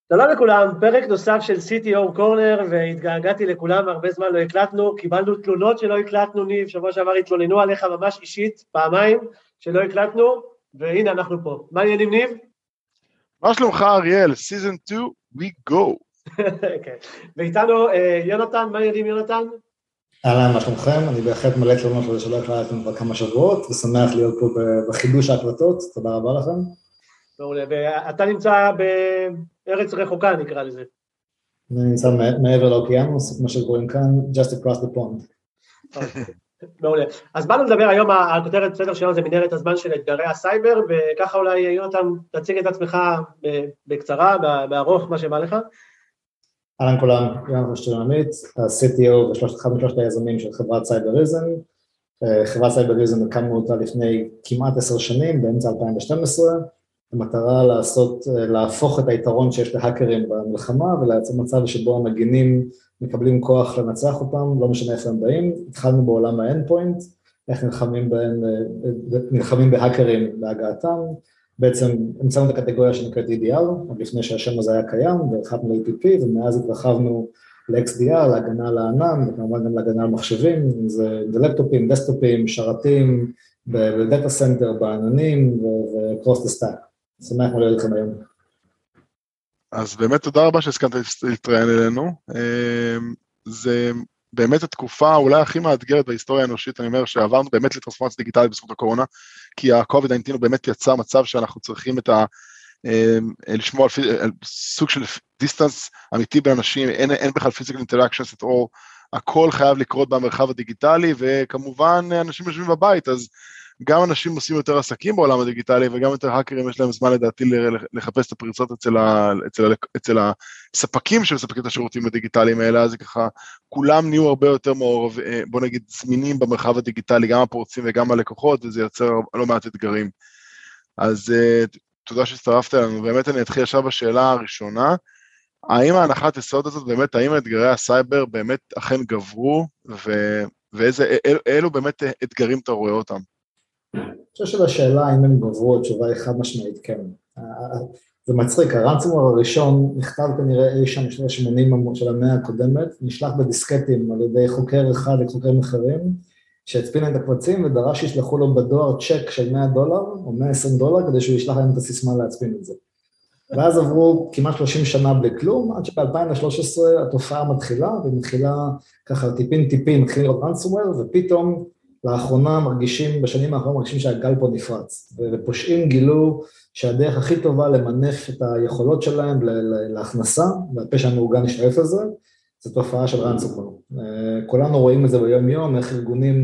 שלום לכולם, פרק נוסף של CTO קורנר, והתגעגעתי לכולם, הרבה זמן לא הקלטנו, קיבלנו תלונות שלא הקלטנו, ניב, שבוע שעבר התלוננו עליך ממש אישית, פעמיים שלא הקלטנו, והנה אנחנו פה. מה העניינים, ניב? מה שלומך אריאל? סיזן 2, we go. כן. ואיתנו יונתן, מה העניינים יונתן? אהלן, מה שלומכם? אני בהחלט מלא תלונות לזה שלא הקלטנו כבר כמה שבועות, ושמח להיות פה בחידוש ההקלטות, תודה רבה לכם. מעולה, ואתה נמצא בארץ רחוקה, נקרא לזה. אני נמצא מעבר לאוקיינוס, כמו שקוראים כאן, just across the pond. מעולה. אז באנו לדבר היום, הכותרת בסדר שלנו זה מנהרת הזמן של אתגרי הסייבר, וככה אולי יונתן תציג את עצמך בקצרה, בארוך, מה שבא לך. אהלן כולם, יונתן שטרנמיט, ה-CTO אחד משלושת היזמים של חברת סייבריזם. חברת סייבריזם הקמנו אותה לפני כמעט 10 שנים, באמצע 2012, המטרה להפוך את היתרון שיש להאקרים במלחמה, ולייצר מצב שבו המגינים מקבלים כוח לנצח אותם, לא משנה איפה הם באים. התחלנו בעולם האנד-פוינט, איך נלחמים בהאקרים בהגעתם, בעצם המצאנו את הקטגוריה שנקראת EDR, עוד לפני שהשם הזה היה קיים, והרחבנו ל-APP, ומאז התרחבנו ל-XDR, להגנה על הענן, וכמובן גם להגנה על מחשבים, זה לפטופים, דסקטופים, שרתים, בדאטה סנטר, בעננים, ו-across the stack. שמח מאוד להיות לכם היום. אז באמת תודה רבה שהסכמת להתראיין אלינו. זה באמת התקופה אולי הכי מאתגרת בהיסטוריה האנושית, אני אומר שעברנו באמת לטרנספורמציה דיגיטלית בזכות הקורונה, כי ה-COVID-19 הוא באמת יצר מצב שאנחנו צריכים לשמור על סוג של דיסטנס אמיתי בין אנשים, אין בכלל physical interactions at all, הכל חייב לקרות במרחב הדיגיטלי, וכמובן אנשים יושבים בבית, אז גם אנשים עושים יותר עסקים בעולם הדיגיטלי, וגם יותר האקרים יש להם זמן לדעתי לחפש את הפריצות אצל הספקים שמספקים את השירותים הדיגיטליים האלה, אז ככה, כולם נהיו הרבה יותר מעורב, בוא נגיד, זמינים במרחב הדיגיטלי, גם הפורצים וגם הלקוחות, וזה יוצר לא מעט אתגרים. אז תודה שהצטרפת אלינו, באמת אני אתחיל עכשיו בשאלה הראשונה, האם ההנחת יסוד הזאת, באמת, האם אתגרי הסייבר באמת אכן גברו, ואילו באמת אתגרים אתה רואה אותם? אני חושב שבשאלה האם הם גברו, התשובה היא חד משמעית כן. זה מצחיק, הרנסומוור הראשון נכתב כנראה אי שם בשנות ה-80 של המאה הקודמת, נשלח בדיסקטים על ידי חוקר אחד וחוקרים אחרים, שהצפין את הקבצים ודרש שישלחו לו בדואר צ'ק של $100 או $120 כדי שהוא ישלח להם את הסיסמה להצפין את זה. ואז עברו כמעט 30 שנה בלי כלום, עד שב-2013 התופעה מתחילה, ומתחילה ככה טיפין, מתחיל להיות רנסומוור, ופתאום לאחרונה בשנים האחרונות מרגישים שהגל פה נפרץ, ופושעים גילו שהדרך הכי טובה למנף את היכולות שלהם להכנסה, והפשע המאורגן נשאף לזה, זו תופעה של רנסומוור. כולנו רואים את זה ביום יום, איך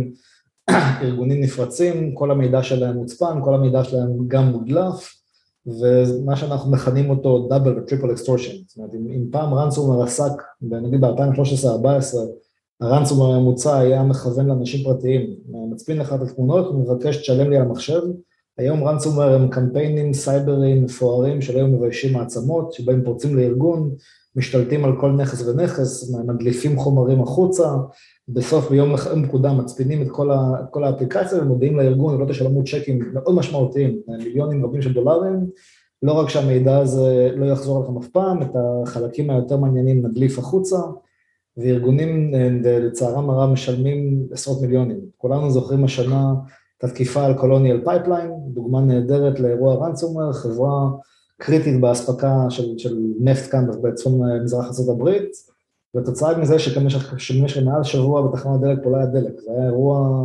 ארגונים נפרצים, כל המידע שלהם מוצפן, כל המידע שלהם גם מודלף, ומה שאנחנו מכנים אותו דאבל וטריפל אקסטורשן, זאת אומרת, אם פעם רנסומוור עסק, נגיד ב-2013-2014, הרנסומוור הממוצע היה מכוון לאנשים פרטיים, מצפין לך את התמונות, הוא מבקש תשלם לי על המחשב, היום רנסומוור הם קמפיינים סייבריים מפוארים של היום מביישים מעצמות, שבהם פורצים לארגון, משתלטים על כל נכס ונכס, מדליפים חומרים החוצה, בסוף ביום פקודה מצפינים את כל האפליקציה, ומודיעים לארגון, ולא תשלמו צ'קים מאוד משמעותיים, מיליונים רבים של דולרים, לא רק שהמידע הזה לא יחזור לכם אף פעם, את החלקים היותר מעניינים נדליף החוצה, וארגונים לצערם הרב משלמים עשרות מיליונים. כולנו זוכרים השנה את התקיפה על קולוניאל פייפליין, דוגמה נהדרת לאירוע רנסומוור, חברה קריטית בהספקה של נפט כאן בצפון מזרח ארצות הברית, והתוצאה מזה שמשך מעל שבוע בתחנת דלק פה לא היה דלק, זה היה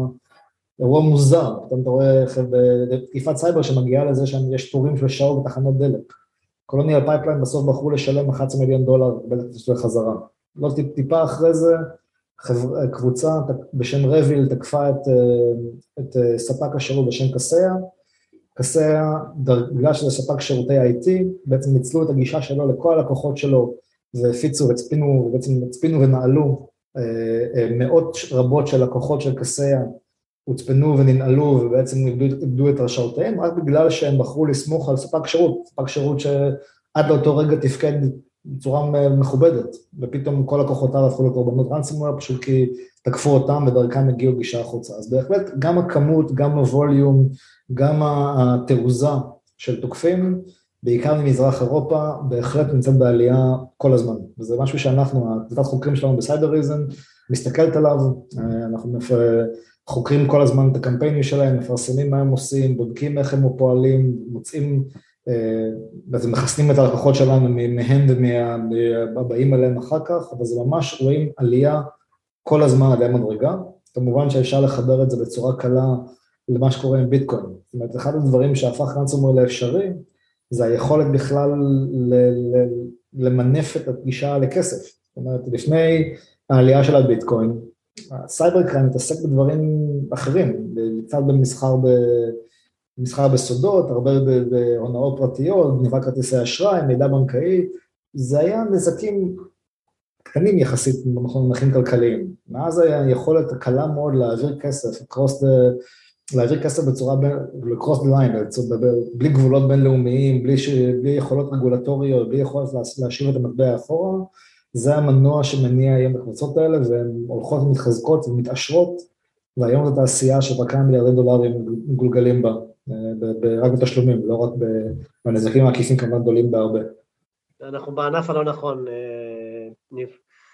אירוע מוזר, פתאום אתה רואה בתקיפת סייבר שמגיעה לזה שיש תורים של שעות בתחנות דלק. קולוניאל פייפליין בסוף בחרו לשלם $11 מיליון, בלתי חזרה. לא טיפה אחרי זה, קבוצה בשם רביל תקפה את ספק השירות בשם קסיה, קסיה, בגלל שזה ספק שירותי IT, בעצם ניצלו את הגישה שלו לכל הלקוחות שלו, והפיצו והצפינו ונעלו מאות רבות של לקוחות של קסיה, הוצפנו וננעלו ובעצם איבדו את רשאותיהם, רק בגלל שהם בחרו לסמוך על ספק שירות שעד לאותו רגע תפקד בצורה מכובדת, ופתאום כל לקוחותיו הפכו לקורבנות רנסומוור, פשוט כי תקפו אותם ודרכם הגיעו גישה החוצה. אז בהחלט גם הכמות, גם הווליום, גם התעוזה של תוקפים, בעיקר ממזרח אירופה, בהחלט נמצאת בעלייה כל הזמן. וזה משהו שאנחנו, הקבוצת חוקרים שלנו בסייבריזם, מסתכלת עליו, אנחנו חוקרים כל הזמן את הקמפיינים שלהם, מפרסמים מה הם עושים, בודקים איך הם פועלים, מוצאים, בעצם מחסנים את הלקוחות שלנו מהם ומהבאים אליהם אחר כך, אבל זה ממש רואים עלייה כל הזמן עלייה מדרגה, כמובן שאפשר לחבר את זה בצורה קלה למה שקורה עם ביטקוין. זאת אומרת, אחד הדברים שהפך ransomware לאפשרי, זה היכולת בכלל למנף את הפגישה לכסף. זאת אומרת, לפני העלייה של הביטקוין, הסייבר קריים מתעסק בדברים אחרים, קצת במסחר בסודות, הרבה בהונאות פרטיות, גניבת כרטיסי אשראי, מידע בנקאי, זה היה נזקים קטנים יחסית במונחים כלכליים. מאז היה יכולת קלה מאוד להעביר כסף, להעביר כסף בצורה, לקרוס דה ליין, בלי גבולות בינלאומיים, בלי יכולות רגולטוריות, בלי יכולת להשאיר את המטבע אחורה, זה המנוע שמניע היום בקבוצות האלה, והן הולכות ומתחזקות ומתעשרות, והיום זאת תעשייה שבה כמה מיליארדי דולרים מגולגלים בה, רק בתשלומים, לא רק בנזקים העקיפים כמובן גדולים בהרבה. אנחנו בענף הלא נכון, ניב.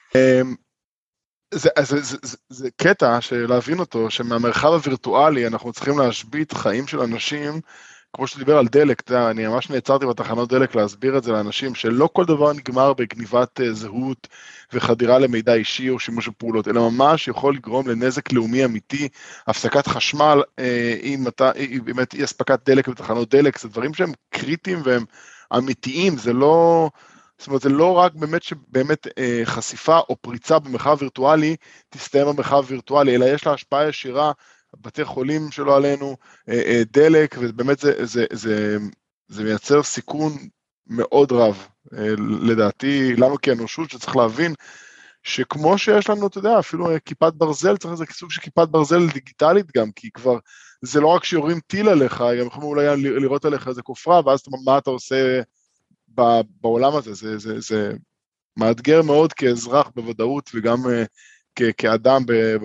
זה קטע שלהבין אותו, שמהמרחב הווירטואלי אנחנו צריכים להשבית חיים של אנשים, כמו שדיבר על דלק, אני ממש נעצרתי בתחנות דלק להסביר את זה לאנשים, שלא כל דבר נגמר בגניבת זהות וחדירה למידע אישי או שימוש בפעולות, אלא ממש יכול לגרום לנזק לאומי אמיתי, הפסקת חשמל, באמת אי הספקת דלק בתחנות דלק, זה דברים שהם קריטיים והם אמיתיים, זה לא... זאת אומרת, זה לא רק באמת חשיפה או פריצה במרחב וירטואלי, תסתיים במרחב וירטואלי, אלא יש לה השפעה ישירה, בתי חולים שלו עלינו, דלק, ובאמת זה מייצר סיכון מאוד רב, לדעתי, לנו כאנושות שצריך להבין, שכמו שיש לנו, אתה יודע, אפילו כיפת ברזל, צריך איזה סוג של כיפת ברזל דיגיטלית גם, כי כבר זה לא רק שיורים טיל עליך, גם יכולים אולי לראות עליך איזה כופרה, ואז מה אתה עושה בעולם הזה, זה מאתגר מאוד כאזרח בוודאות, וגם כאדם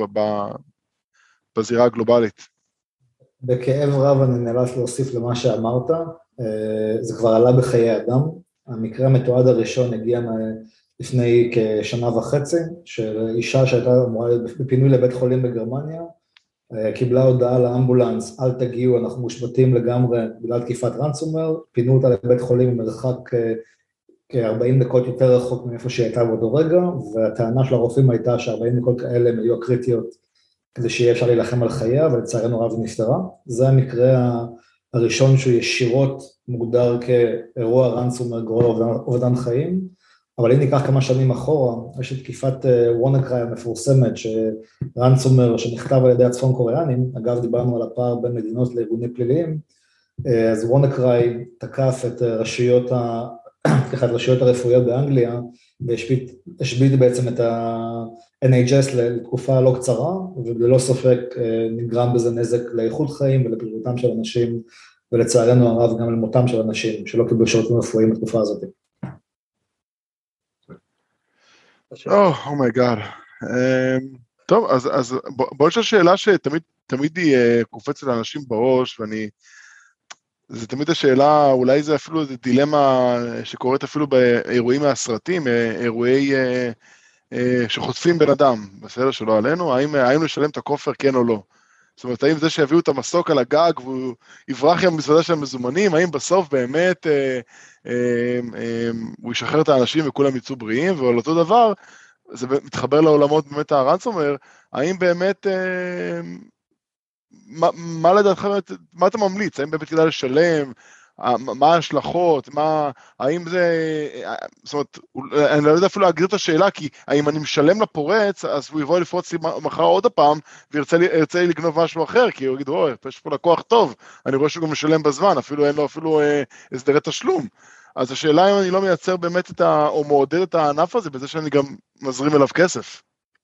בזירה הגלובלית. בכאב רב אני נאלץ להוסיף למה שאמרת, זה כבר עלה בחיי אדם, המקרה המתועד הראשון הגיע לפני כשנה וחצי, של אישה שהייתה אמורה בפינוי לבית חולים בגרמניה, קיבלה הודעה לאמבולנס, אל תגיעו, אנחנו מושבתים לגמרי בגלל תקיפת ransomware, פינו אותה לבית חולים במרחק כ-40 דקות יותר רחוק מאיפה שהיא הייתה באותו רגע, והטענה של הרופאים הייתה ש-40 דקות כאלה הם היו הקריטיות, כדי שיהיה אפשר להילחם על חייה, ולצערנו רב נפטרה. זה המקרה הראשון שהוא ישירות מוגדר כאירוע ransomware גורם אובדן חיים, אבל אם ניקח כמה שנים אחורה, יש את תקיפת וונקריי המפורסמת, שרנסומר שנכתב על ידי הצפון קוריאנים, אגב דיברנו על הפער בין מדינות לארגונים פליליים, אז וונקריי תקף את רשויות הרפואיות באנגליה, והשבית בעצם את ה-NHS לתקופה לא קצרה, ובלא ספק נגרם בזה נזק לאיכות חיים ולבריאותם של אנשים, ולצערנו הרב גם למותם של אנשים, שלא קיבלו שירותים רפואיים בתקופה הזאת. אומייגאד. טוב, אז בוא נשאל שאלה שתמיד היא קופצת לאנשים בראש, זה תמיד השאלה, אולי זה אפילו דילמה שקורית אפילו באירועים מהסרטים, אירועי שחוטפים בן אדם, בסדר שלא עלינו, האם לשלם את הכופר כן או לא? זאת אומרת, האם זה שיביאו את המסוק על הגג והוא יברח עם המזוודה של המזומנים, האם בסוף באמת הוא ישחרר את האנשים וכולם יצאו בריאים, ועל אותו דבר, זה מתחבר לעולמות באמת הרנסומר, האם באמת, מה לדעתך, מה אתה ממליץ? האם באמת כדאי לשלם? מה ההשלכות? האם זה, זאת אומרת, אני לא יודע אפילו להגדיר את השאלה, כי האם אני משלם לפורץ, אז הוא יבוא לפרוץ לי מחר עוד הפעם, וירצה לי לגנוב משהו אחר, כי הוא יגיד, יש פה לקוח טוב, אני רואה שהוא גם משלם בזמן, אפילו אין לו אפילו הסדרי תשלום. אז השאלה אם אני לא מייצר באמת או מעודד את הענף הזה, בזה שאני גם מזרים אליו כסף.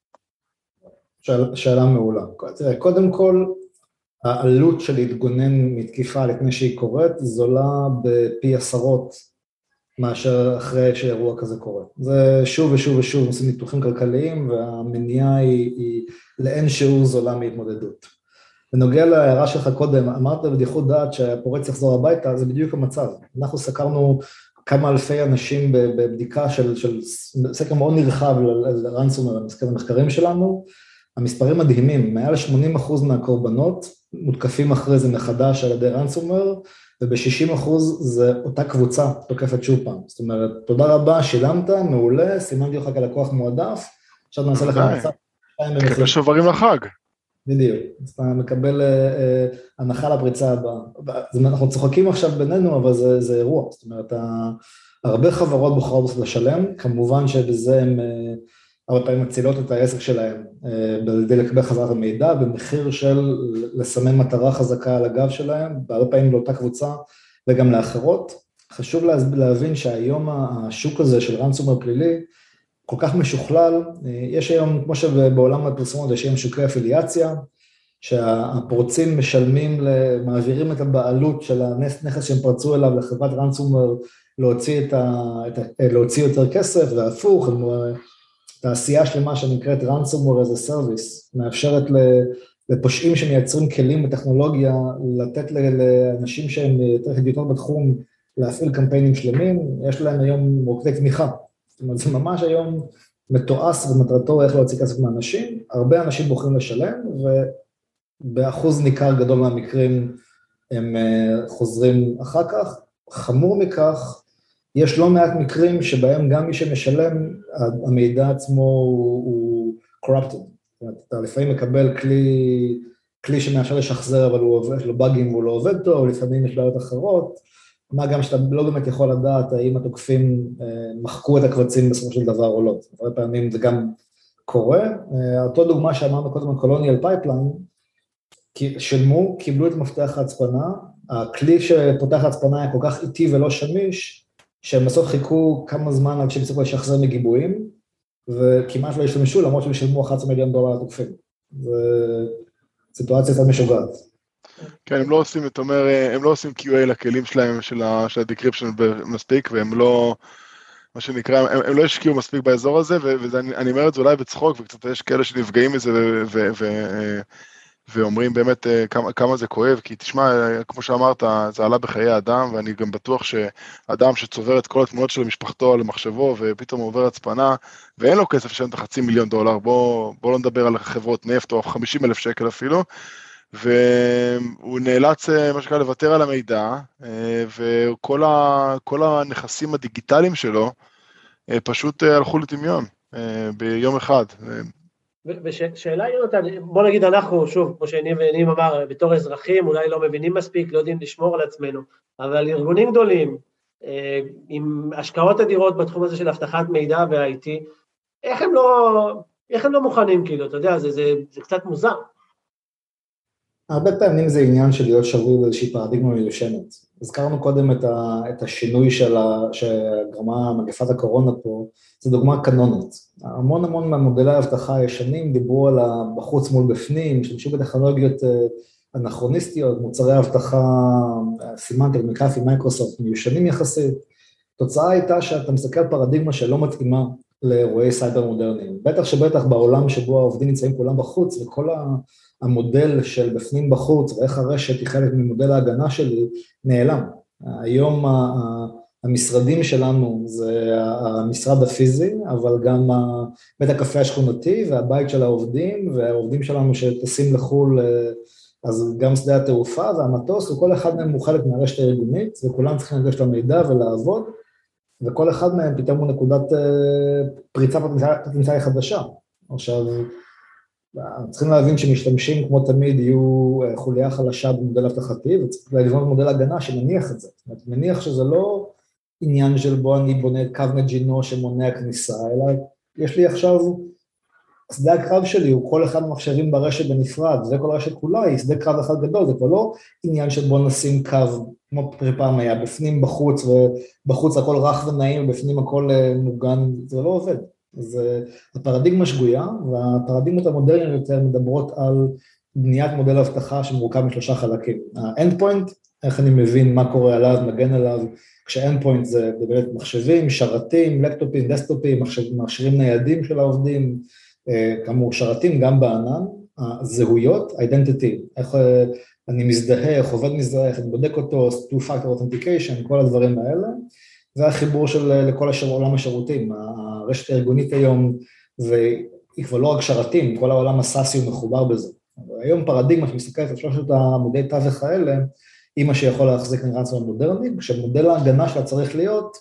שאלה מעולה. קודם כל, העלות של להתגונן מתקיפה לפני שהיא קורית, זולה בפי עשרות מאשר אחרי שאירוע כזה קורה. זה שוב ושוב ושוב עושים ניתוחים כלכליים, והמניעה היא לאין שיעור זולה מהתמודדות. בנוגע להערה שלך קודם, אמרת בדיחות דעת שהפורץ יחזור הביתה, זה בדיוק המצב. אנחנו סקרנו כמה אלפי אנשים בבדיקה של סקר מאוד נרחב לרנסומר, במסגרת המחקרים שלנו, המספרים מדהימים, מעל 80% מהקורבנות מותקפים אחרי זה מחדש על ידי רנסומר, וב-60% זה אותה קבוצה תוקפת שוב פעם. זאת אומרת, תודה רבה, שילמת, מעולה, סימנתי אותך כלקוח מועדף, עכשיו נעשה לך מצב. תקבל שוברים לחג. בדיוק, אז אתה מקבל הנחה לפריצה הבאה. אנחנו צוחקים עכשיו בינינו, אבל זה אירוע. זאת אומרת, הרבה חברות בוחרות לשלם, כמובן שבזה הם הרבה פעמים מצילות את העסק שלהם, כדי לקבל חזרת המידע, במחיר של לסמן מטרה חזקה על הגב שלהם, והרבה פעמים לאותה קבוצה וגם לאחרות. חשוב להבין שהיום השוק הזה של רנסומר פלילי, כל כך משוכלל, יש היום, כמו שבעולם הפרסומות, יש היום שוקי אפיליאציה, שהפורצים משלמים, מעבירים את הבעלות של הנכס שהם פרצו אליו לחברת רנסומר, להוציא יותר כסף, והפוך, תעשייה שלמה שנקראת ransomware as a service, מאפשרת לפושעים שמייצרים כלים בטכנולוגיה, לתת לאנשים שהם יותר הדיוטות בתחום, להפעיל קמפיינים שלמים, יש להם היום מוקדי תמיכה. זאת אומרת, זה ממש היום מתועש ומטרתו איך להוציא כסף מאנשים, הרבה אנשים בוחרים לשלם, ובאחוז ניכר גדול מהמקרים הם חוזרים אחר כך. חמור מכך, יש לא מעט מקרים שבהם גם מי שמשלם, המידע עצמו הוא corrupted. זאת אומרת, אתה לפעמים מקבל כלי שמאפשר לשחזר, אבל יש לו באגים והוא לא עובד טוב, או לפעמים יש בעיות אחרות, מה גם שאתה לא באמת יכול לדעת האם התוקפים מחקו את הקבצים בסופו של דבר או לא. הרבה פעמים זה גם קורה. אותו דוגמה שאמרנו קודם ה-Colonial Pipeline, שילמו, קיבלו את מפתח ההצפנה, הכלי שפותח ההצפנה היה כל כך איטי ולא שמיש, שהם בסוף חיכו כמה זמן עד שהם הצליחו לשחזר מגיבויים, וכמעט לא השתמשו, למרות שהם שילמו $11 מיליון לתוקפים. זו סיטואציה קצת משוגעת. כן, הם לא עושים, אתה אומר, הם לא עושים QA לכלים שלהם של ה-decryption מספיק, והם לא, מה שנקרא, הם לא השקיעו מספיק באזור הזה, ואני אומר את זה אולי בצחוק, וקצת יש כאלה שנפגעים מזה, ואומרים באמת כמה זה כואב, כי תשמע, כמו שאמרת, זה עלה בחיי אדם, ואני גם בטוח שאדם שצובר את כל התמונות של משפחתו למחשבו, ופתאום עובר הצפנה, ואין לו כסף לשלם את $500,000, בוא לא נדבר על חברות נפט, או 50,000 שקל אפילו, והוא נאלץ, מה שקרה, לוותר על המידע, וכל הנכסים הדיגיטליים שלו, פשוט הלכו לטמיון, ביום אחד. ושאלה יונתן, בוא נגיד אנחנו, שוב, כמו שנים אמר, בתור אזרחים, אולי לא מבינים מספיק, לא יודעים לשמור על עצמנו, אבל ארגונים גדולים, עם השקעות אדירות בתחום הזה של הבטחת מידע וה-IT, איך הם לא מוכנים, כאילו, אתה יודע, זה קצת מוזר. הרבה פעמים זה עניין של להיות שבוי באיזושהי פרדיגמה מיושנת. הזכרנו קודם את השינוי שגרמה מגפת הקורונה פה, זו דוגמה קנונית. המון מהמודלי ההבטחה הישנים דיברו על בחוץ מול בפנים, השתמשו בטכנולוגיות אנכרוניסטיות, מוצרי ההבטחה סימנטית, מקאפי, מייקרוסופט, מיושנים יחסית. התוצאה הייתה שאתה מסתכל פרדיגמה שלא מתאימה לאירועי סייבר מודרניים. בטח שבטח בעולם שבו העובדים נמצאים כולם בחוץ, וכל המודל של בפנים בחוץ, ואיך הרשת היא חלק ממודל ההגנה שלי, נעלם. היום המשרדים שלנו זה המשרד הפיזי, אבל גם בית הקפה השכונתי, והבית של העובדים, והעובדים שלנו שטסים לחול, אז גם שדה התעופה והמטוס, וכל אחד מהם הוא חלק מהרשת הארגונית, וכולם צריכים לגשת למידע ולעבוד, וכל אחד מהם פתאום הוא נקודת פריצה פוטנציאלית חדשה. עכשיו, צריכים להבין שמשתמשים כמו תמיד יהיו חוליה חלשה במודל הבטחתי, וצריך לבנות מודל הגנה שמניח את זה. זאת אומרת, מניח שזה לא עניין של בו אני בונה קו מג'ינו שמונע כניסה, אלא יש לי עכשיו, שדה הקרב שלי הוא כל אחד מחשבים ברשת בנפרד, וכל הרשת כולה היא שדה קרב אחד גדול, זה כבר לא עניין של בוא נשים קו, כמו פעם היה, בפנים בחוץ, ובחוץ הכל רך ונעים, ובפנים הכל מוגן, זה לא עובד. אז הפרדיגמה שגויה, והפרדיגמות המודרניות יותר מדברות על בניית מודל הבטחה שמורכב משלושה חלקים. האנד-פוינט, איך אני מבין מה קורה עליו, מגן עליו, כשאנד-פוינט זה באמת מחשבים, שרתים, לפטופים, דסקטופים, מכשירים ניידים של העובדים, כאמור שרתים גם בענן, הזהויות, identity, איך אני מזדהה, איך עובד מזדהה, איך אני בודק אותו, two-factor authentication, כל הדברים האלה, והחיבור לכל עולם השירותים, הרשת הארגונית היום, והיא כבר לא רק שרתים, כל העולם הסאסי הוא מחובר בזה. היום פרדיגמה שמסתכלת על שלושת עמודי תווך האלה, היא מה שיכול להחזיק רנסום מודרני, כשמודל ההגנה שלה צריך להיות,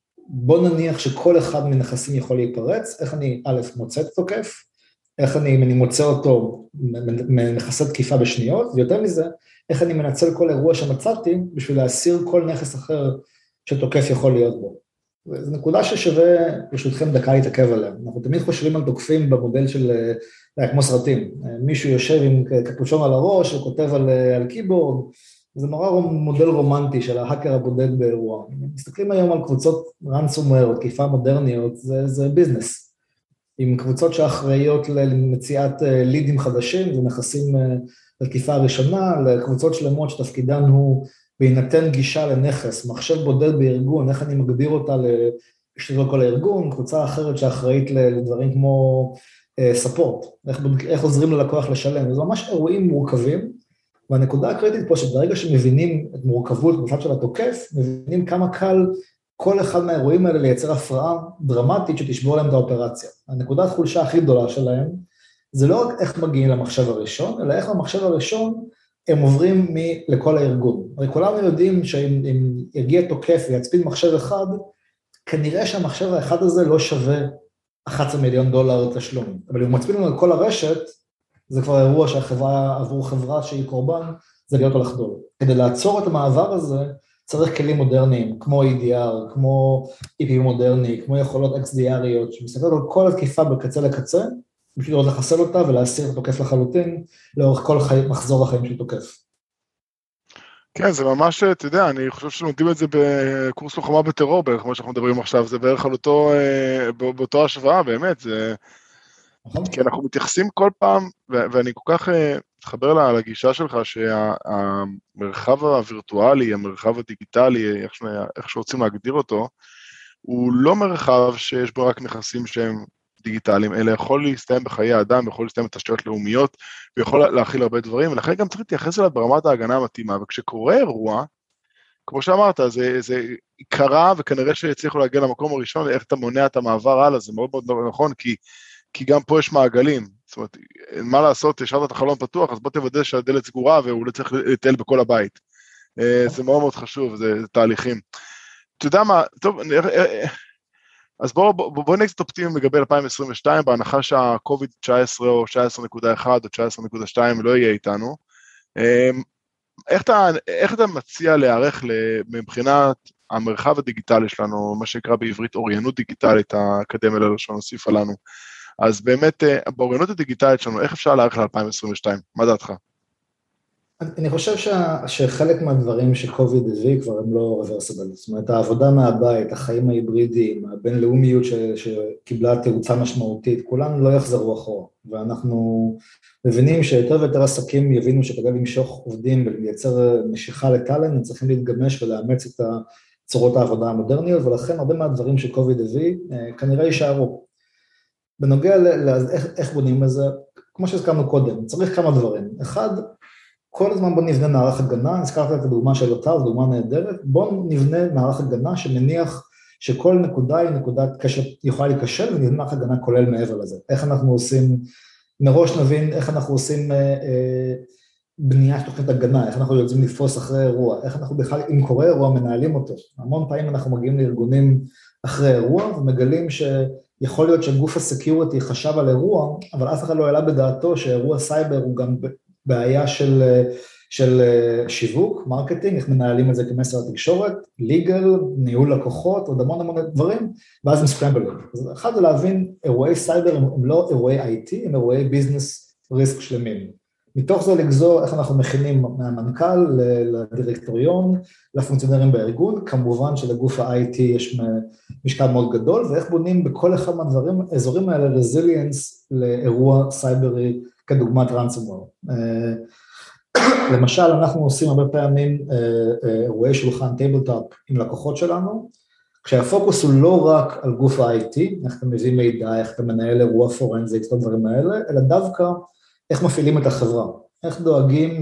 בוא נניח שכל אחד מנכסים יכול להיפרץ, איך אני א' מוצא את התוקף, איך אם אני מוצא אותו מנכסי תקיפה בשניות, ויותר מזה, איך אני מנצל כל אירוע שמצאתי, בשביל להסיר כל נכס אחר שתוקף יכול להיות בו. זו נקודה ששווה, ברשותכם, דקה להתעכב עליה. אנחנו תמיד חושבים על תוקפים במודל של, כמו סרטים, מישהו יושב עם קפוצ'ון על הראש, וכותב על קיבורד, זה נורא מודל רומנטי של ההאקר הבודד באירוע. מסתכלים היום על קבוצות רנסומוור, תקיפה מודרניות, זה ביזנס. עם קבוצות שאחראיות למציאת לידים חדשים, ונכסים לתקיפה הראשונה, לקבוצות שלמות שתפקידן הוא בהינתן גישה לנכס, מחשב בודד בארגון, איך אני מגדיר אותה לשתות כל הארגון, קבוצה אחרת שאחראית לדברים כמו ספורט, איך עוזרים ללקוח לשלם, זה ממש אירועים מורכבים, והנקודה הקריטית פה שברגע שמבינים את מורכבות בצד של התוקף, מבינים כמה קל כל אחד מהאירועים האלה לייצר הפרעה דרמטית שתשבור להם את האופרציה. הנקודת חולשה הכי גדולה שלהם, זה לא רק איך מגיעים למחשב הראשון, אלא איך במחשב הראשון הם עוברים לכל הארגון. הרי כולנו יודעים שאם יגיע תוקף ויצפין מחשב אחד, כנראה שהמחשב האחד הזה לא שווה $11 מיליון תשלום. אבל אם מצפין לנו על כל הרשת, זה כבר אירוע שהחברה, עבור חברה שהיא קורבן, זה להיות או לחדול. כדי לעצור את המעבר הזה, צריך כלים מודרניים, כמו EDR, כמו EP מודרני, כמו יכולות XDRיות, שמסתכלות על כל התקיפה בקצה לקצה, בשביל לראות לחסל אותה ולהסיר את התוקף לחלוטין, לאורך כל מחזור החיים של תוקף. כן, זה ממש, אתה יודע, אני חושב שלומדים את זה בקורס לוחמה בטרור, כמו שאנחנו מדברים עכשיו, זה בערך על באותו השוואה, באמת, זה... כי אנחנו מתייחסים כל פעם, ואני כל כך מתחבר לגישה שלך, שהמרחב הווירטואלי, המרחב הדיגיטלי, איך שרוצים להגדיר אותו, הוא לא מרחב שיש בו רק נכסים שהם דיגיטליים, אלא יכול להסתיים בחיי האדם, יכול להסתיים בתשתיות לאומיות, ויכול להכיל הרבה דברים, ולכן גם צריך להתייחס אליו ברמת ההגנה המתאימה, וכשקורה אירוע, כמו שאמרת, זה קרה, וכנראה שהצליחו להגיע למקום הראשון, איך אתה מונע את המעבר הלאה, זה מאוד מאוד נכון, כי גם פה יש מעגלים, זאת אומרת, מה לעשות, השארת את החלון פתוח, אז בוא תוודא שהדלת סגורה, והוא לא צריך לטייל בכל הבית. זה מאוד מאוד חשוב, זה תהליכים. אתה יודע מה, טוב, אז בואו נהיה קצת אופטימיים לגבי 2022, בהנחה שה-COVID-19 או 19.1 או 19.2 לא יהיה איתנו. איך אתה מציע להיערך מבחינת המרחב הדיגיטלי שלנו, מה שנקרא בעברית אוריינות דיגיטלית, האקדמיה ללשון הוסיפה לנו. אז באמת, באוריינות הדיגיטלית שלנו, איך אפשר להיערך ל-2022? מה דעתך? אני חושב שחלק מהדברים שקוביד הביא כבר הם לא רוורסיבל, זאת אומרת, העבודה מהבית, החיים ההיברידיים, הבינלאומיות שקיבלה תאוצה משמעותית, כולם לא יחזרו אחורה, ואנחנו מבינים שיותר ויותר עסקים יבינו שכדי למשוך עובדים ולייצר משיכה לטלנט, הם צריכים להתגמש ולאמץ את צורות העבודה המודרניות, ולכן הרבה מהדברים שקוביד הביא כנראה יישארו. בנוגע איך בונים את זה, כמו שהזכרנו קודם, צריך כמה דברים. אחד, כל הזמן בוא נבנה מערך הגנה, הזכרת את הדוגמה של אותה, זו דוגמה נהדרת, בוא נבנה מערך הגנה שמניח שכל נקודה היא נקודת קשר, יכולה להיקשל, ונבנה מערך הגנה כולל מעבר לזה. איך אנחנו עושים, מראש נבין איך אנחנו עושים בנייה של תוכנית הגנה, איך אנחנו יוצאים לתפוס אחרי אירוע, איך אנחנו בכלל, אם קורה אירוע, מנהלים אותו. המון פעמים אנחנו מגיעים לארגונים אחרי אירוע, ומגלים שיכול להיות שגוף הסקיוריטי חשב על אירוע, אבל אף אחד לא העלה בדעתו שאירוע סייבר הוא גם בעיה של שיווק, מרקטינג, איך מנהלים את זה כמסר התקשורת, ליגל, ניהול לקוחות, עוד המון דברים, ואז הם סקרמבלים. אז אחד זה להבין, אירועי סייבר הם לא אירועי IT, הם אירועי ביזנס ריסק שלמים. מתוך זה לגזור איך אנחנו מכינים מהמנכ"ל לדירקטוריון, לפונקציונרים בארגון, כמובן שלגוף ה-IT יש משקל מאוד גדול, ואיך בונים בכל אחד מהדברים, האזורים האלה, רזיליאנס לאירוע סייברי, כדוגמת ransomware. למשל, אנחנו עושים הרבה פעמים אירועי שולחן טייבלטופ עם לקוחות שלנו, כשהפוקוס הוא לא רק על גוף ה-IT, איך אתה מביא מידע, איך אתה מנהל אירוע פורנזי, כל הדברים האלה, אלא דווקא איך מפעילים את החברה, איך דואגים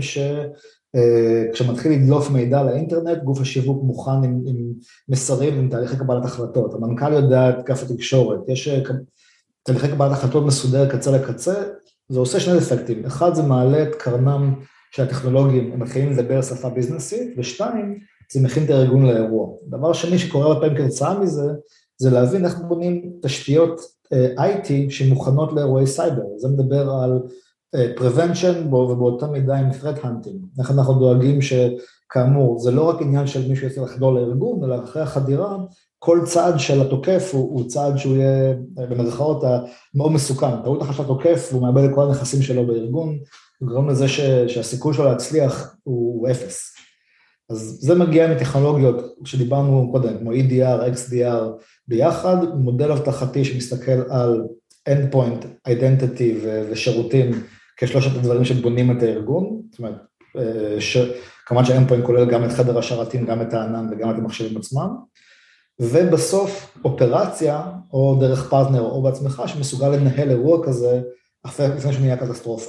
כשמתחיל לדלוף מידע לאינטרנט, גוף השיווק מוכן עם מסרים, עם תהליכי קבלת החלטות, המנכ"ל יודע את כף התקשורת, יש תהליכי קבלת החלטות מסודר קצה לקצה, זה עושה שני אפקטים, אחד זה מעלה את קרנם של הטכנולוגים, הם מתחילים לדבר שפה ביזנסית, ושתיים, זה מכין את הארגון לאירוע. דבר שני שקורה הרבה פעמים כתוצאה מזה, זה להבין איך בונים תשתיות IT שמוכנות לאירועי סייבר, זה מדבר על prevention ובאותה מידה עם threat hunting, איך אנחנו דואגים שכאמור, זה לא רק עניין של מישהו יצא לחדור לארגון, אלא אחרי החדירה, כל צעד של התוקף הוא צעד שהוא יהיה במרכאות מאוד מסוכן, תראו לך שהתוקף הוא מאבד את כל הנכסים שלו בארגון, הוא גורם לזה שהסיכוי שלו להצליח הוא אפס. אז זה מגיע מטכנולוגיות שדיברנו קודם, כמו EDR, XDR ביחד, מודל הבטחתי שמסתכל על endpoint, identity ושירותים כשלושת הדברים שבונים את הארגון, זאת אומרת, כמובן שה-endpoint כולל גם את חדר השרתים, גם את הענן וגם את המחשבים עצמם, ובסוף אופרציה, או דרך פרטנר או בעצמך, שמסוגל לנהל אירוע כזה, לפני שנהיה קטסטרופה.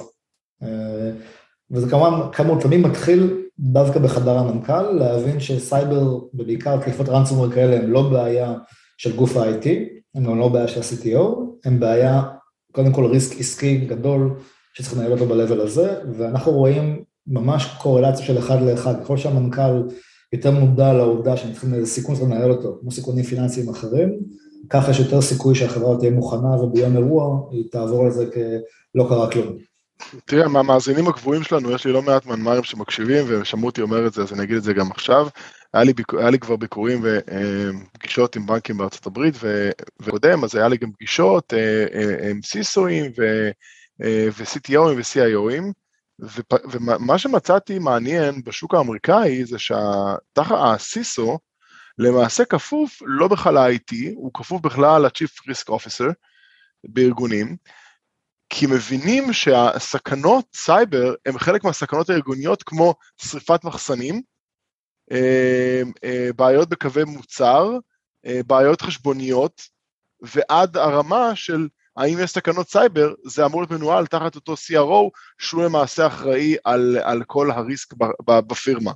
וזה כמובן תמיד מתחיל דווקא בחדר המנכ"ל, להבין שסייבר, ובעיקר תקיפות רנסומוור כאלה, הם לא בעיה של גוף ה-IT, הם לא בעיה של ה-CTO, הם בעיה, קודם כל ריסק עסקי גדול, שצריך לנהל אותו ב-level הזה, ואנחנו רואים ממש קורלציה של אחד לאחד, ככל שהמנכ"ל יותר מודע לעובדה שנתחיל איזה סיכון צריך לנהל אותו, כמו סיכונים פיננסיים אחרים, ככה יש יותר סיכוי שהחברה תהיה מוכנה, וביום אירוע היא תעבור על זה כלא קרה כלום. תראה, מהמאזינים הקבועים שלנו, יש לי לא מעט מנמ"רים שמקשיבים, ושמעו אותי אומר את זה, אז אני אגיד את זה גם עכשיו. היה לי כבר ביקורים ופגישות עם בנקים בארצות הברית, וקודם, אז היה לי גם פגישות עם סיסואים ו-CTOים ו-CIOים, ומה שמצאתי מעניין בשוק האמריקאי, זה שהסיסו למעשה כפוף לא בכלל ל-IT, הוא כפוף בכלל ל-Chief Risk Officer בארגונים, כי מבינים שהסכנות סייבר הם חלק מהסכנות הארגוניות כמו שריפת מחסנים, בעיות בקווי מוצר, בעיות חשבוניות, ועד הרמה של האם יש סכנות סייבר, זה אמור להיות מנוהל תחת אותו CRO, שהוא למעשה אחראי על כל הריסק בפירמה.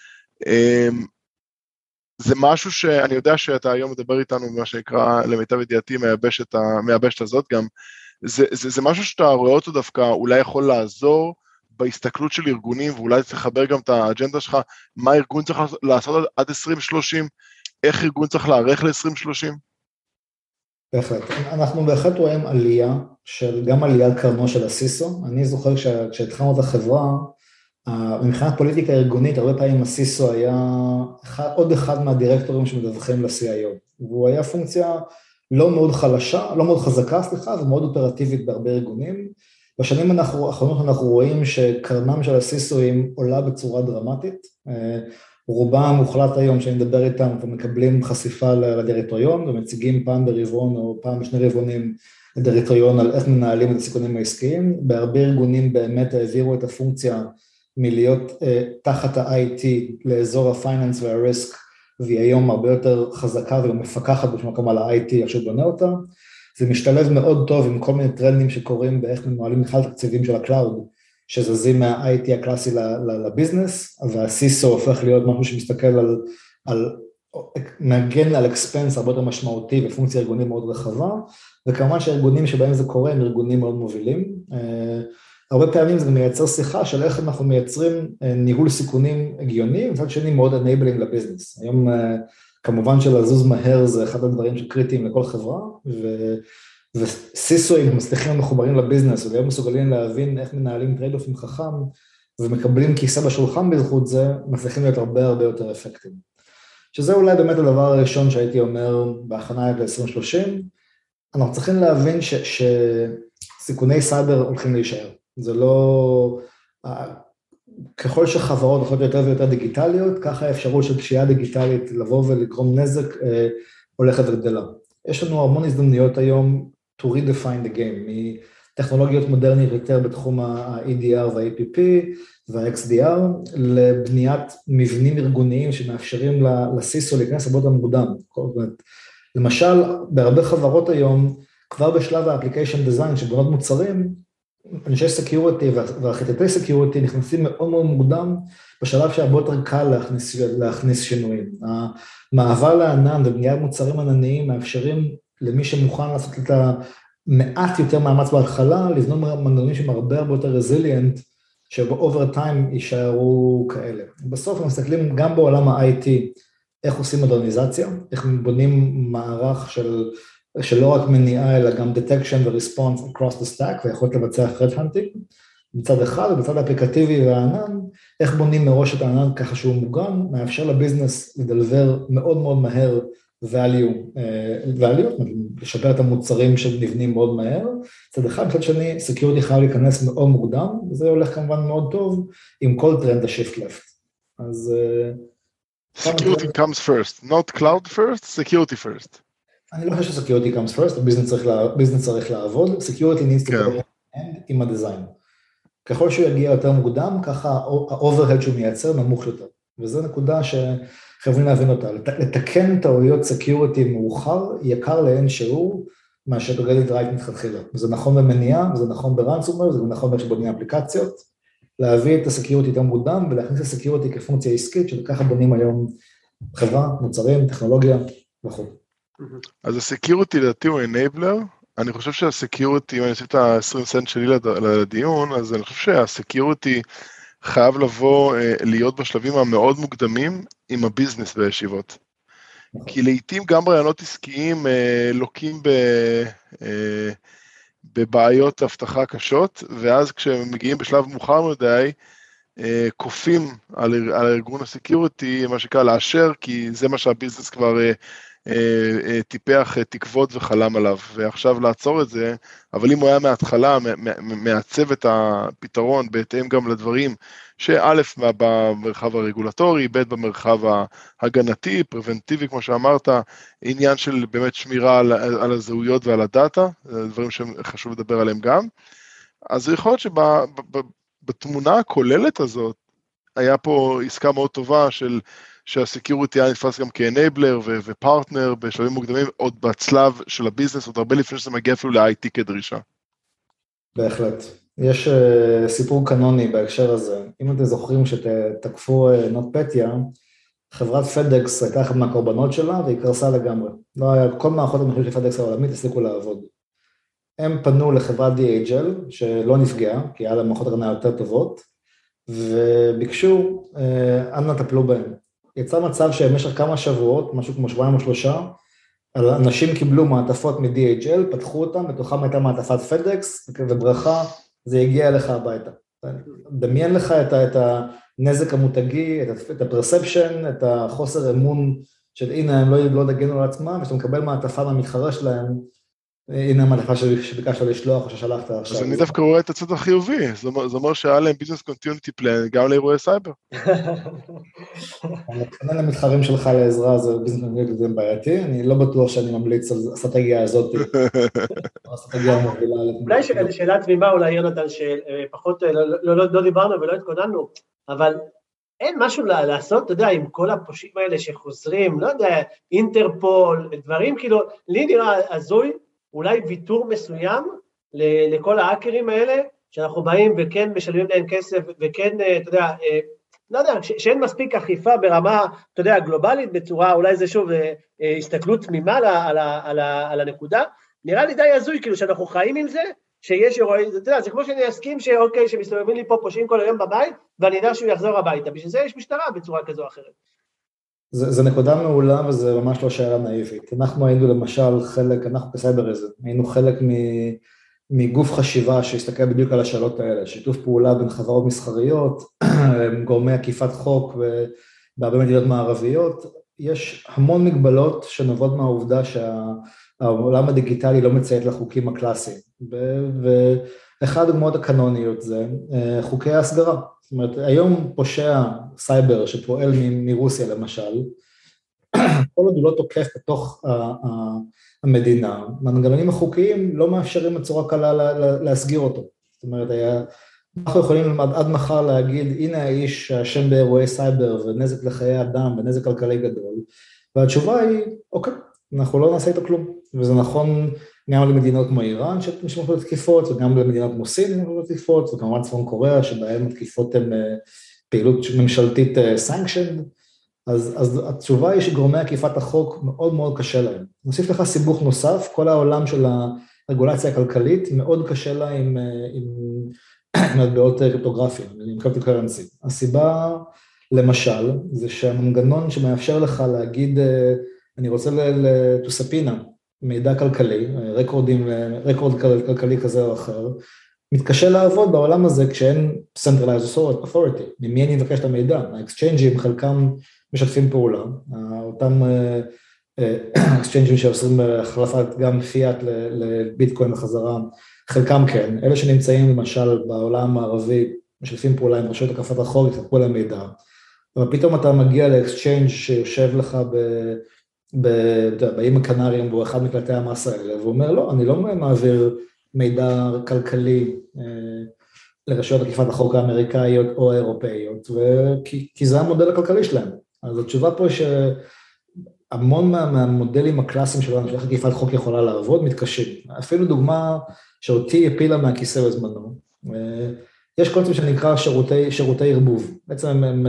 זה משהו שאני יודע שאתה היום מדבר איתנו, מה שנקרא למיטב ידיעתי, מהיבשת הזאת גם, זה משהו שאתה רואה אותו דווקא, אולי יכול לעזור בהסתכלות של ארגונים, ואולי תחבר גם את האג'נדה שלך, מה ארגון צריך לעשות עד 2030, איך ארגון צריך להערך ל-2030? בהחלט, אנחנו בהחלט רואים עלייה, גם עלייה קרנו של הסיסו, אני זוכר כשהתחלנו את החברה, מבחינת פוליטיקה ארגונית, הרבה פעמים הסיסו היה עוד אחד מהדירקטורים שמדווחים ל-CIO, והוא היה פונקציה לא מאוד חלשה, לא מאוד חזקה, ומאוד אופרטיבית בהרבה ארגונים. בשנים האחרונות אנחנו רואים שקרנם של הסיסואים עולה בצורה דרמטית, רובם המוחלט היום שאני מדבר איתם, ומקבלים חשיפה לדירקטוריון, ומציגים פעם ברבעון או פעם בשני רבעונים לדירקטוריון על איך מנהלים את הסיכונים העסקיים, בהרבה ארגונים באמת העבירו את הפונקציה מלהיות תחת ה-IT לאזור הפייננס והריסק, והיא היום הרבה יותר חזקה וגם מפקחת בשביל מקום על ה-IT, איך שהוא בונה אותה. זה משתלב מאוד טוב עם כל מיני טרנדים שקורים באיך מנוהלים בכלל תקציבים של הקלאוד, שזזים מה-IT הקלאסי לביזנס, וה-CISO הופך להיות משהו שמסתכל מגן על אקספנס הרבה יותר משמעותי ופונקציה ארגונית מאוד רחבה, וכמובן שהארגונים שבהם זה קורה הם ארגונים מאוד מובילים. הרבה פעמים זה מייצר שיחה של איך אנחנו מייצרים ניהול סיכונים הגיוני, ומצד שני מאוד enabling לביזנס. היום כמובן שלזוז מהר זה אחד הדברים שקריטיים לכל חברה, וסיסואים מצליחים מחוברים לביזנס, וגם מסוגלים להבין איך מנהלים טרייד-אופים חכם, ומקבלים כיסא בשולחן בזכות זה, מצליחים להיות הרבה הרבה יותר אפקטים. שזה אולי באמת הדבר הראשון שהייתי אומר בהכנה ל-2030, אנחנו צריכים להבין שסיכוני סייבר הולכים להישאר. זה לא, ככל שחברות הולכות יותר ויותר דיגיטליות, ככה האפשרות של פשיעה דיגיטלית לבוא ולגרום נזק הולכת וגדלה. יש לנו המון הזדמנויות היום to redefine the game, מטכנולוגיות מודרניות יותר בתחום ה-EDR וה-APP וה-XDR, לבניית מבנים ארגוניים שמאפשרים לסיסו להיכנס הרבה יותר מוקדם. למשל, בהרבה חברות היום, כבר בשלב ה-application design שבונות מוצרים, אנשי סקיוריטי וארכיטקטי סקיוריטי נכנסים מאוד מאוד מוקדם, בשלב שהרבה יותר קל להכניס שינויים. המעבר לענן ובניית מוצרים ענניים מאפשרים למי שמוכן לעשות את המעט יותר מאמץ בהתחלה, לבנות מנגנונים שהם הרבה יותר רזיליאנט, שבאובר טיים יישארו כאלה. בסוף אנחנו מסתכלים גם בעולם ה-IT, איך עושים מודרניזציה, איך בונים מערך שלא רק מניעה, אלא גם detection ו-response across the stack, ויכולת לבצע threat hunting, מצד אחד, ובצד האפליקטיבי והענן, איך בונים מראש את הענן ככה שהוא מוגן, מאפשר לביזנס לדלבר מאוד מאוד מהר value, לשפר את המוצרים שנבנים מאוד מהר, מצד אחד, מצד שני, security חייב להיכנס מאוד מוקדם, וזה הולך כמובן מאוד טוב, עם כל טרנד ה-shift left. אז... security comes first, not cloud first, security first. אני לא חושב ש-security comes first, הביזנס צריך לעבוד, security needs to go hand עם הדיזיין. ככל שהוא יגיע יותר מוקדם, ככה ה-overhead שהוא מייצר נמוך יותר. וזו נקודה שחייבים להבין אותה. לתקן טעויות security מאוחר, יקר לאין שיעור, מאשר to get it right מתחילה. וזה נכון במניעה, וזה נכון ב-ransomware, וזה נכון כשבונים אפליקציות, להביא את ה-security יותר מוקדם, ולהכניס את ה-security כפונקציה עסקית, שככה בונים היום חברה, מוצרים, טכנולוגיה וכו'. אז ה-security לדעתי הוא enabler, אני חושב שה-security, אם אני אוסיף את ה-20 סנט שלי לדיון, אז אני חושב שה-security חייב לבוא, להיות בשלבים המאוד מוקדמים עם הביזנס בישיבות. כי לעתים גם רעיונות עסקיים לוקים בבעיות הבטחה קשות, ואז כשהם מגיעים בשלב מאוחר מדי, קופים על הארגון הסקיוריטי, מה שקרה לאשר, כי זה מה שהביזנס כבר טיפח תקוות וחלם עליו, ועכשיו לעצור את זה, אבל אם הוא היה מההתחלה, מעצב את הפתרון, בהתאם גם לדברים, שא' במרחב הרגולטורי, ב' במרחב ההגנתי, פרבנטיבי, כמו שאמרת, עניין של באמת שמירה על הזהויות ועל הדאטה, דברים שחשוב לדבר עליהם גם, אז יכול להיות שבתמונה הכוללת הזאת, היה פה עסקה מאוד טובה שהסקיוריטי היה נתפס גם כאנבלר ופרטנר בשלבים מוקדמים, עוד בצלב של הביזנס, עוד הרבה לפני שזה מגיע אפילו ל-IT כדרישה. בהחלט. יש סיפור קנוני בהקשר הזה. אם אתם זוכרים שתקפו נוטפטיה, חברת פדקס הייתה אחת מהקורבנות שלה, והיא קרסה לגמרי. לא היה, כל מערכות המחיר של פדקס העולמית הסליקו לעבוד. הם פנו לחברת DHL, שלא נפגעה, כי היה לה מערכות הגנה יותר טובות, וביקשו, אנא טפלו בהם. יצא מצב שבמשך כמה שבועות, משהו כמו 2 או 3, אנשים קיבלו מעטפות מ-DHL, פתחו אותם, בתוכם הייתה מעטפת פדקס, וברכה, זה הגיע אליך הביתה. דמיין לך את הנזק המותגי, את הפרספשן, את החוסר אמון, של הנה הם לא דגנו על עצמם, ושאתה מקבל מעטפה מהמתחרה שלהם, הנה המעטפה שביקשת לשלוח או ששלחת עכשיו. אז אני דווקא רואה את הצד החיובי, זה אומר שהיה להם ביזנס קונטיוניטי פלן, גם לאירועי סייבר. אני מתכוון למתחרים שלך לעזרה, זה ביזנס קונטיוניטי פלן בעייתי, אני לא בטוח שאני ממליץ על האסטרטגיה הזאת, האסטרטגיה המובילה. אולי שאלה תמימה, אולי יונתן, שפחות לא דיברנו ולא התכוננו, אבל אין משהו לעשות, אתה יודע, עם כל הפושעים האלה שחוזרים, לא יודע, אינטרפול, דברים כאילו, לי נראה הזוי, אולי ויתור מסוים לכל ההאקרים האלה, שאנחנו באים וכן משלמים להם כסף, וכן, אתה יודע, לא יודע, שאין מספיק אכיפה ברמה, אתה יודע, גלובלית, בצורה, אולי זה שוב, הסתכלות תמימה על הנקודה, נראה לי די הזוי, כאילו שאנחנו חיים עם זה, שיש אירועי, אתה יודע, זה כמו שאני אסכים שאוקיי, שמסתובבים לי פה פושעים כל היום בבית, ואני יודע שהוא יחזור הביתה, בשביל זה יש משטרה בצורה כזו או אחרת. זה נקודה מעולה, וזה ממש לא שאלה נאיבית. אנחנו היינו למשל חלק, אנחנו בסייבריזם, היינו חלק מגוף חשיבה שהסתכל בדיוק על השאלות האלה, שיתוף פעולה בין חברות מסחריות, גורמי עקיפת חוק ובהרבה מדינות מערביות, יש המון מגבלות שנובעות מהעובדה שהעולם הדיגיטלי לא מציית לחוקים הקלאסיים, ואחד הדוגמאות הקנוניות זה חוקי ההסגרה. זאת אומרת, היום פושע סייבר שפועל מרוסיה למשל, כל עוד הוא לא תוקף בתוך המדינה, מנגנונים החוקיים לא מאפשרים בצורה קלה להסגיר אותו. זאת אומרת, אנחנו יכולים עד מחר להגיד, הנה האיש שהשם באירועי סייבר ונזק לחיי אדם ונזק כלכלי גדול, והתשובה היא, אוקיי, אנחנו לא נעשה איתו כלום, וזה נכון גם למדינות כמו איראן שמשמעות לתקיפות, וגם למדינות כמו סין שמשמעות לתקיפות, וכמובן צפון קוריאה שבהם התקיפות הן פעילות ממשלתית sanctioned, אז התשובה היא שגורמי עקיפת החוק מאוד מאוד קשה להם. נוסיף לך סיבוך נוסף, כל העולם של הרגולציה הכלכלית מאוד קשה לה עם מטבעות קריפטוגרפיים, עם קריפטוקרנסי. הסיבה למשל זה שהמנגנון שמאפשר לך להגיד, אני רוצה to subpoena מידע כלכלי, רקורד כלכלי כזה או אחר, מתקשה לעבוד בעולם הזה כשאין centralized authority, ממי אני מבקש את המידע, האקסצ'יינג'ים חלקם משתפים פעולה, אותם אקסצ'יינג'ים שעושים החלפת גם פיאט לביטקוין בחזרה, חלקם כן, אלה שנמצאים למשל בעולם הערבי, משתפים פעולה עם רשויות הקפת החוק, יחלקו להם מידע, אבל פתאום אתה מגיע לאקסצ'יינג' שיושב לך באיים הקנריים, והוא אחד מקלטי המס האלה, והוא אומר, לא, אני לא מעביר מידע כלכלי לרשויות עקיפת החוק האמריקאיות או האירופאיות, כי זה המודל הכלכלי שלהם. אז התשובה פה שהמון מהמודלים הקלאסיים שלנו, שאיך עקיפת חוק יכולה לעבוד, מתקשים. אפילו דוגמה שאותי הפילה מהכיסא בזמנו, יש קונספט שנקרא שירותי ערבוב. בעצם הם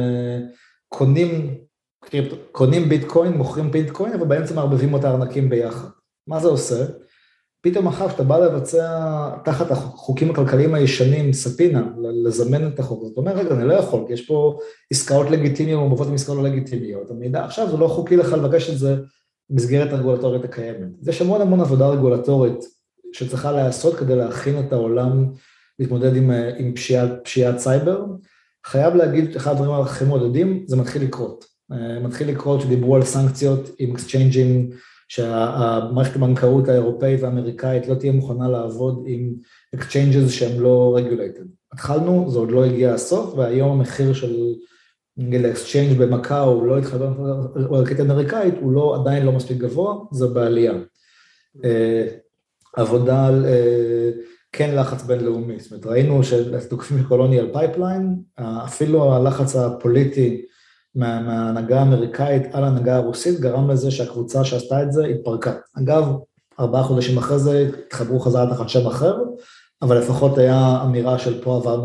קונים ביטקוין, מוכרים ביטקוין, אבל באמצע מערבבים אותה ארנקים ביחד. מה זה עושה? פתאום אחר שאתה בא לבצע תחת החוקים הכלכליים הישנים, ספינה, לזמן את החוק, זאת אומרת, רגע, אני לא יכול, כי יש פה עסקאות לגיטימיות, מעורבבות עם עסקאות לא לגיטימיות, המידע עכשיו זה לא חוקי לך לבקש את זה במסגרת הרגולטורית הקיימת. יש המון עבודה רגולטורית שצריכה לעשות כדי להכין את העולם, להתמודד עם פשיעת סייבר. חייב להגיד, אחד הדברים הכי מעודדים, זה מתחיל לקרות שדיברו על סנקציות עם אקסצ'יינג'ים, שהמערכת הבנקאות האירופאית והאמריקאית לא תהיה מוכנה לעבוד עם exchanges שהם לא regulated. התחלנו, זה עוד לא הגיע הסוף, והיום המחיר של exchange במקאו, לא התחלנו, או ערכית אמריקאית, הוא עדיין לא מספיק גבוה, זה בעלייה. עבודה על כן לחץ בינלאומי, זאת אומרת, ראינו שתוקפים קולוניאל פייפליין, אפילו הלחץ הפוליטי, מההנהגה האמריקאית על ההנהגה הרוסית, גרם לזה שהקבוצה שעשתה את זה התפרקה. אגב, 4 חודשים אחרי זה התחברו חזרה תחת שם אחר, אבל לפחות היה אמירה של פה עברנו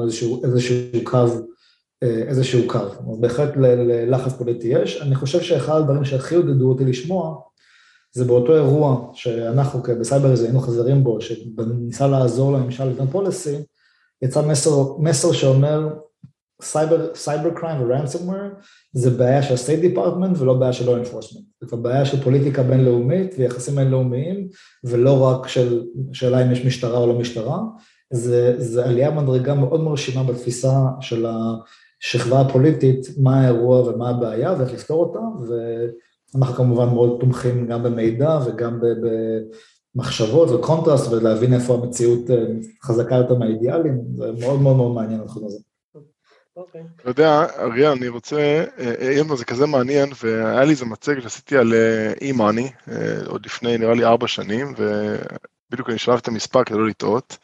איזשהו קו. אז בהחלט ללחץ פוליטי יש. אני חושב שאחד הדברים שהכי עודדו אותי לשמוע, זה באותו אירוע שאנחנו בסייבר היינו חזרים בו, שניסה לעזור לממשל לבנות פוליסי, יצא מסר שאומר, סייבר קריים ו-ransomware זה בעיה של State Department ולא בעיה של law enforcement. זה בעיה של פוליטיקה בינלאומית ויחסים בינלאומיים, ולא רק של שאלה אם יש משטרה או לא משטרה. זה עלייה מדרגה מאוד מרשימה בתפיסה של השכבה הפוליטית, מה האירוע ומה הבעיה ואיך לפתור אותה, ואנחנו כמובן מאוד תומכים גם במידע וגם במחשבות וקונטרסט, ולהבין איפה המציאות חזקה יותר מהאידיאלים. זה מאוד מאוד מאוד מעניין התחום הזה. אתה יודע, אריאל, אני רוצה, זה כזה מעניין, והיה לי איזה מצג שעשיתי על e-money, עוד לפני נראה לי 4 שנים, ובדיוק אני שלב את המספר כדי לא לטעות,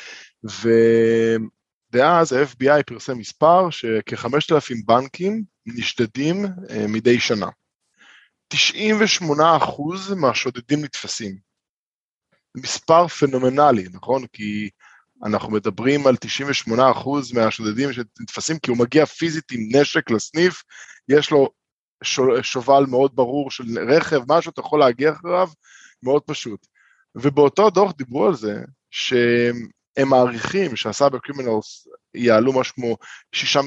ודאז ה-FBI פרסם מספר שכ-5,000 בנקים נשדדים מדי שנה. 98% מהשודדים נתפסים. מספר פנומנלי, נכון? כי אנחנו מדברים על 98% מהשודדים שנתפסים, כי הוא מגיע פיזית עם נשק לסניף, יש לו שובל מאוד ברור של רכב, משהו אתה יכול להגיע אחריו, מאוד פשוט. ובאותו דוח דיברו על זה, שהם מעריכים שהסייבר קרימינלס יעלו משהו כמו 6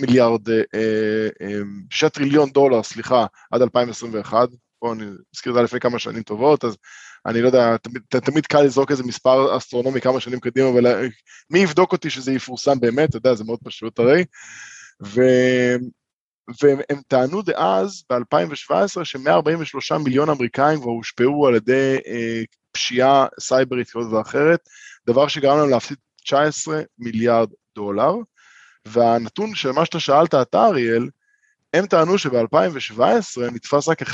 טריליון דולר, עד 2021, פה אני אזכיר את זה לפני כמה שנים טובות, אז אני לא יודע, תמיד קל לזרוק איזה מספר אסטרונומי כמה שנים קדימה, אבל מי יבדוק אותי שזה יפורסם באמת, אתה יודע, זה מאוד פשוט הרי, והם טענו דאז ב-2017 ש143 מיליון אמריקאים כבר הושפעו על ידי פשיעה סייברית כזאת ואחרת, דבר שגרם להם להפסיד 19 מיליארד דולר, והנתון של מה שאתה שאלת אתה אריאל, הם טענו שב-2017 נתפס רק 1%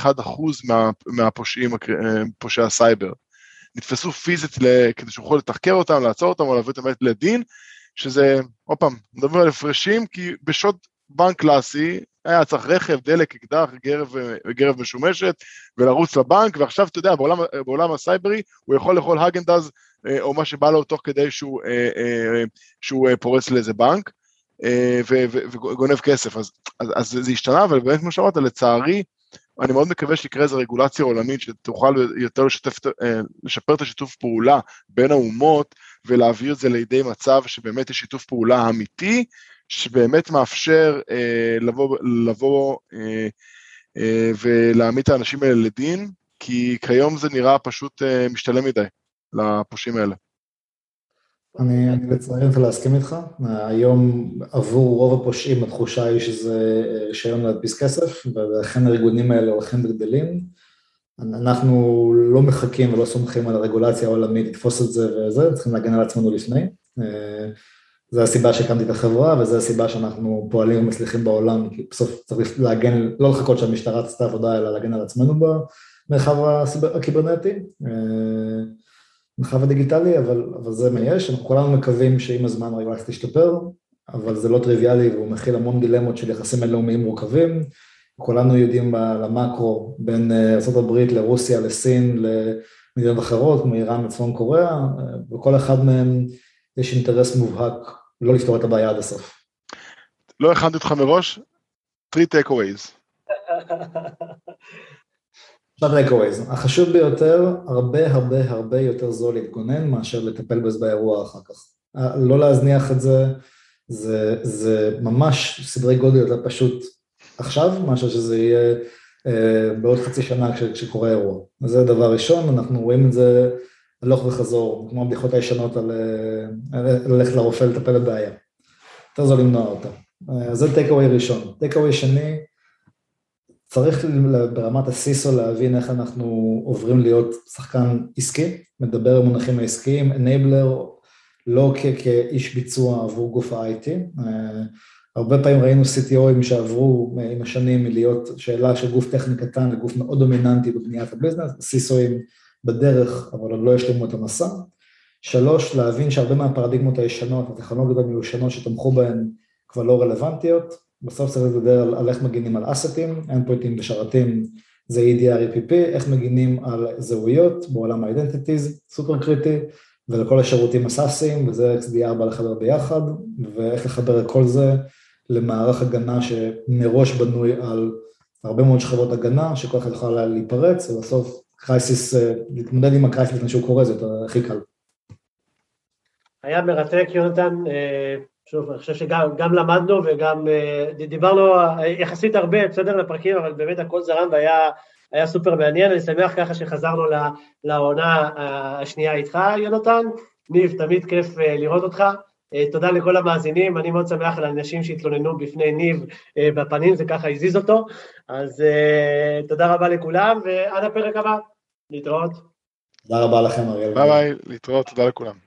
פושעי הסייבר. נתפסו פיזית כדי שיוכלו לתחקר אותם, לעצור אותם, או להביא אותם לדין, שזה, עוד פעם, מדברים על הפרשים, כי בשוד בנק קלאסי, היה צריך רכב, דלק, אקדח, גרב משומשת, ולרוץ לבנק, ועכשיו אתה יודע, בעולם הסייברי, הוא יכול לאכול הגנדז או מה שבא לו תוך כדי שהוא פורץ לאיזה בנק, וגונב כסף, אז זה השתנה, אבל באמת כמו שאמרת, לצערי, אני מאוד מקווה שיקרה איזו רגולציה עולמית, שתוכל יותר לשפר את השיתוף פעולה בין האומות, ולהעביר את זה לידי מצב שבאמת יש שיתוף פעולה אמיתי, שבאמת מאפשר לבוא ולהעמיד את האנשים האלה לדין, כי כיום זה נראה פשוט משתלם מדי לפושעים האלה. אני מצטער להסכים איתך, היום עבור רוב הפושעים התחושה היא שזה רישיון להדפיס כסף, ולכן הארגונים האלה הולכים וגדלים, אנחנו לא מחכים ולא סומכים על הרגולציה העולמית לתפוס את זה וזה, צריכים להגן על עצמנו לפני, זה הסיבה שהקמתי את החברה, וזה הסיבה שאנחנו פועלים ומצליחים בעולם, כי בסוף צריך להגן, לא לחכות שהמשטרה תעשה עבודה, אלא להגן על עצמנו במרחב הקיברנטי, מרחב הדיגיטלי, אבל זה מה יש, אנחנו כולנו מקווים שעם הזמן הרגולציה תשתפר, אבל זה לא טריוויאלי, והוא מכיל המון דילמות של יחסים בינלאומיים מורכבים, כולנו יודעים למקרו, בין ארצות הברית לרוסיה, לסין, למדינות אחרות, כמו איראן וצפון קוריאה, וכל אחד מהם יש אינטרס מובהק לא לפתור את הבעיה עד הסוף. לא הכנתי אותך מראש, 3 takeaways. עכשיו takeaways, החשוב ביותר, הרבה יותר זול להתגונן, מאשר לטפל בזה באירוע אחר כך. לא להזניח את זה, זה ממש סדרי גודל יותר פשוט עכשיו, מאשר שזה יהיה בעוד חצי שנה כשקורה אירוע. אז זה דבר ראשון, אנחנו רואים את זה הלוך וחזור, כמו הבדיחות הישנות על ללכת לרופא לטפל בבעיה. יותר זול למנוע אותה. אז זה takeaway ראשון. takeaway שני, צריך ברמת הסיסו להבין איך אנחנו עוברים להיות שחקן עסקי, מדבר עם מונחים העסקיים, enabler, לא כאיש ביצוע עבור גוף ה-IT. הרבה פעמים ראינו CTOים שעברו עם השנים מלהיות שאלה של גוף טכני קטן לגוף מאוד דומיננטי בבניית הביזנס, סיסוים בדרך, אבל עוד לא השלימו את המסע. 3, להבין שהרבה מהפרדיגמות הישנות, הטכנולוגיות המיושנות שתמכו בהן כבר לא רלוונטיות, בסוף צריך לדבר על איך מגינים על אסטים, endpointים ושרתים, זה EDR, איך מגינים על זהויות בעולם ה-identities, סופר קריטי, ולכל השירותים הסאסיים, וזה XDR לחבר ביחד, ואיך לחבר את כל זה למערך הגנה שמראש בנוי על הרבה מאוד שכבות הגנה, שכל אחד יכול להיפרץ, ובסוף קרייסיס, להתמודד עם הקרייסיס לפני שהוא קורה, זה הכי קל. היה מרתק, יונתן, שוב, אני חושב שגם למדנו וגם דיברנו יחסית הרבה, בסדר לפרקים, אבל באמת הכל זרם והיה סופר מעניין, אני שמח ככה שחזרנו לעונה השנייה איתך, יונתן, ניב, תמיד כיף לראות אותך, תודה לכל המאזינים, אני מאוד שמח על האנשים שהתלוננו בפני ניב בפנים, זה ככה הזיז אותו, אז תודה רבה לכולם, ועד הפרק הבא, להתראות. תודה רבה לכם, אריאל. ביי ביי, להתראות, תודה לכולם.